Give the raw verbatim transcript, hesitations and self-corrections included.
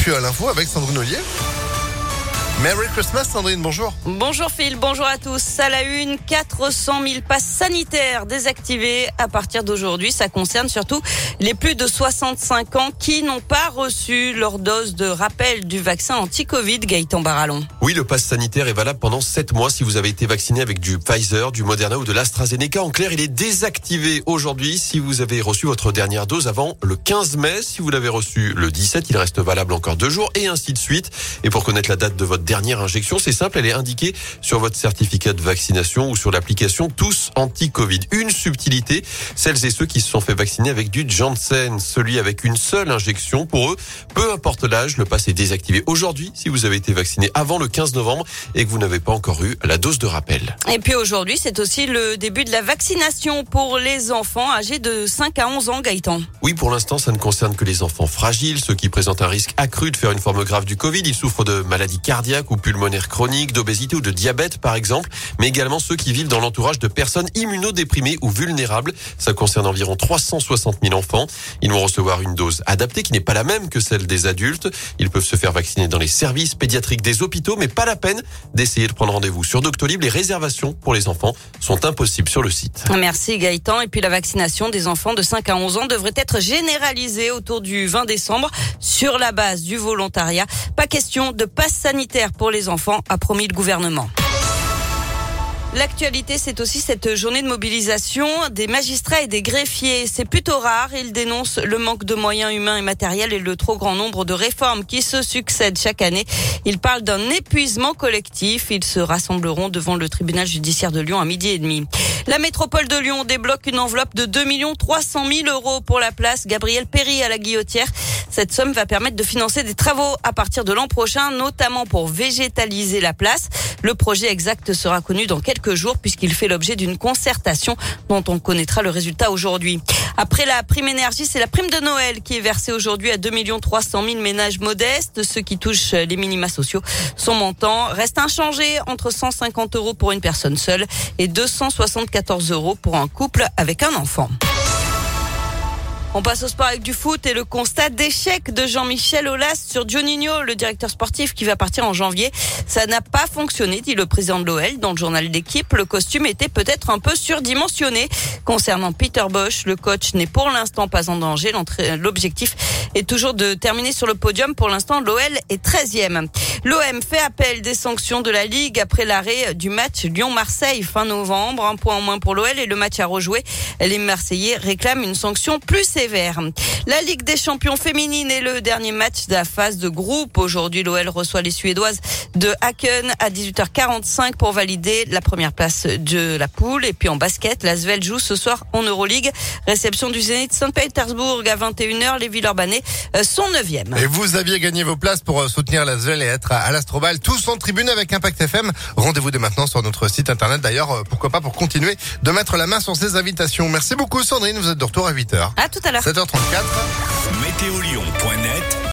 puis à l'info avec Sandrine Ollier. Merry Christmas Sandrine, bonjour. Bonjour Phil, bonjour à tous. À la une, quatre cent mille passes sanitaires désactivées à partir d'aujourd'hui. Ça concerne surtout les plus de soixante-cinq ans qui n'ont pas reçu leur dose de rappel du vaccin anti-Covid. Gaëtan Barallon. Oui, le pass sanitaire est valable pendant sept mois si vous avez été vacciné avec du Pfizer, du Moderna ou de l'AstraZeneca. En clair, il est désactivé aujourd'hui si vous avez reçu votre dernière dose avant le quinze mai. Si vous l'avez reçu le dix-sept, il reste valable encore deux jours et ainsi de suite. Et pour connaître la date de votre dernière injection, c'est simple, elle est indiquée sur votre certificat de vaccination ou sur l'application Tous Anti-Covid. Une subtilité, celles et ceux qui se sont fait vacciner avec du Janssen, celui avec une seule injection, pour eux, peu importe l'âge, le pass est désactivé aujourd'hui si vous avez été vacciné avant le quinze novembre et que vous n'avez pas encore eu la dose de rappel. Et puis aujourd'hui, c'est aussi le début de la vaccination pour les enfants âgés de cinq à onze ans, Gaëtan. Oui, pour l'instant, ça ne concerne que les enfants fragiles, ceux qui présentent un risque accru de faire une forme grave du Covid. Ils souffrent de maladies cardiaques ou pulmonaires chroniques, d'obésité ou de diabète par exemple, mais également ceux qui vivent dans l'entourage de personnes immunodéprimées ou vulnérables. Ça concerne environ trois cent soixante mille enfants. Ils vont recevoir une dose adaptée qui n'est pas la même que celle des adultes. Ils peuvent se faire vacciner dans les services pédiatriques des hôpitaux, mais pas la peine d'essayer de prendre rendez-vous sur Doctolib. Les réservations pour les enfants sont impossibles sur le site. Merci Gaëtan. Et puis la vaccination des enfants de cinq à onze ans devrait être généralisée autour du vingt décembre sur la base du volontariat. Pas question de passe sanitaire pour les enfants, a promis le gouvernement. L'actualité, c'est aussi cette journée de mobilisation des magistrats et des greffiers. C'est plutôt rare. Ils dénoncent le manque de moyens humains et matériels et le trop grand nombre de réformes qui se succèdent chaque année. Ils parlent d'un épuisement collectif. Ils se rassembleront devant le tribunal judiciaire de Lyon à midi et demi. La métropole de Lyon débloque une enveloppe de deux millions trois cent mille euros pour la place Gabriel Péri à la Guillotière. Cette somme va permettre de financer des travaux à partir de l'an prochain, notamment pour végétaliser la place. Le projet exact sera connu dans quelques jours puisqu'il fait l'objet d'une concertation dont on connaîtra le résultat aujourd'hui. Après la prime énergie, c'est la prime de Noël qui est versée aujourd'hui à deux millions trois cent mille ménages modestes, ceux qui touchent les minima sociaux. Son montant reste inchangé entre cent cinquante euros pour une personne seule et deux cent soixante-quatorze euros pour un couple avec un enfant. On passe au sport avec du foot et le constat d'échec de Jean-Michel Aulas sur Juninho, le directeur sportif qui va partir en janvier. Ça n'a pas fonctionné, dit le président de l'O L dans le journal d'équipe. Le costume était peut-être un peu surdimensionné. Concernant Peter Bosz, le coach n'est pour l'instant pas en danger. L'objectif est toujours de terminer sur le podium. Pour l'instant, l'O L est treizième. L'O M fait appel des sanctions de la Ligue après l'arrêt du match Lyon-Marseille fin novembre. Un point en moins pour l'O L et le match à rejouer. Les Marseillais réclament une sanction plus sévère. La Ligue des champions féminines est le dernier match de la phase de groupe. Aujourd'hui, l'O L reçoit les Suédoises de Haken à dix-huit heures quarante-cinq pour valider la première place de la poule. Et puis en basket, l'Asvel joue ce soir en Euroleague. Réception du Zénith Saint-Pétersbourg à vingt et une heures. Les Villeurbanais sont neuvième. Et vous aviez gagné vos places pour soutenir l'Asvel et être à l'Astrobal, tous en tribune avec Impact F M. Rendez-vous dès maintenant sur notre site internet. D'ailleurs, pourquoi pas pour continuer de mettre la main sur ces invitations. Merci beaucoup Sandrine, vous êtes de retour à huit heures. À tout à l'heure. sept heures trente-quatre. météo lyon point net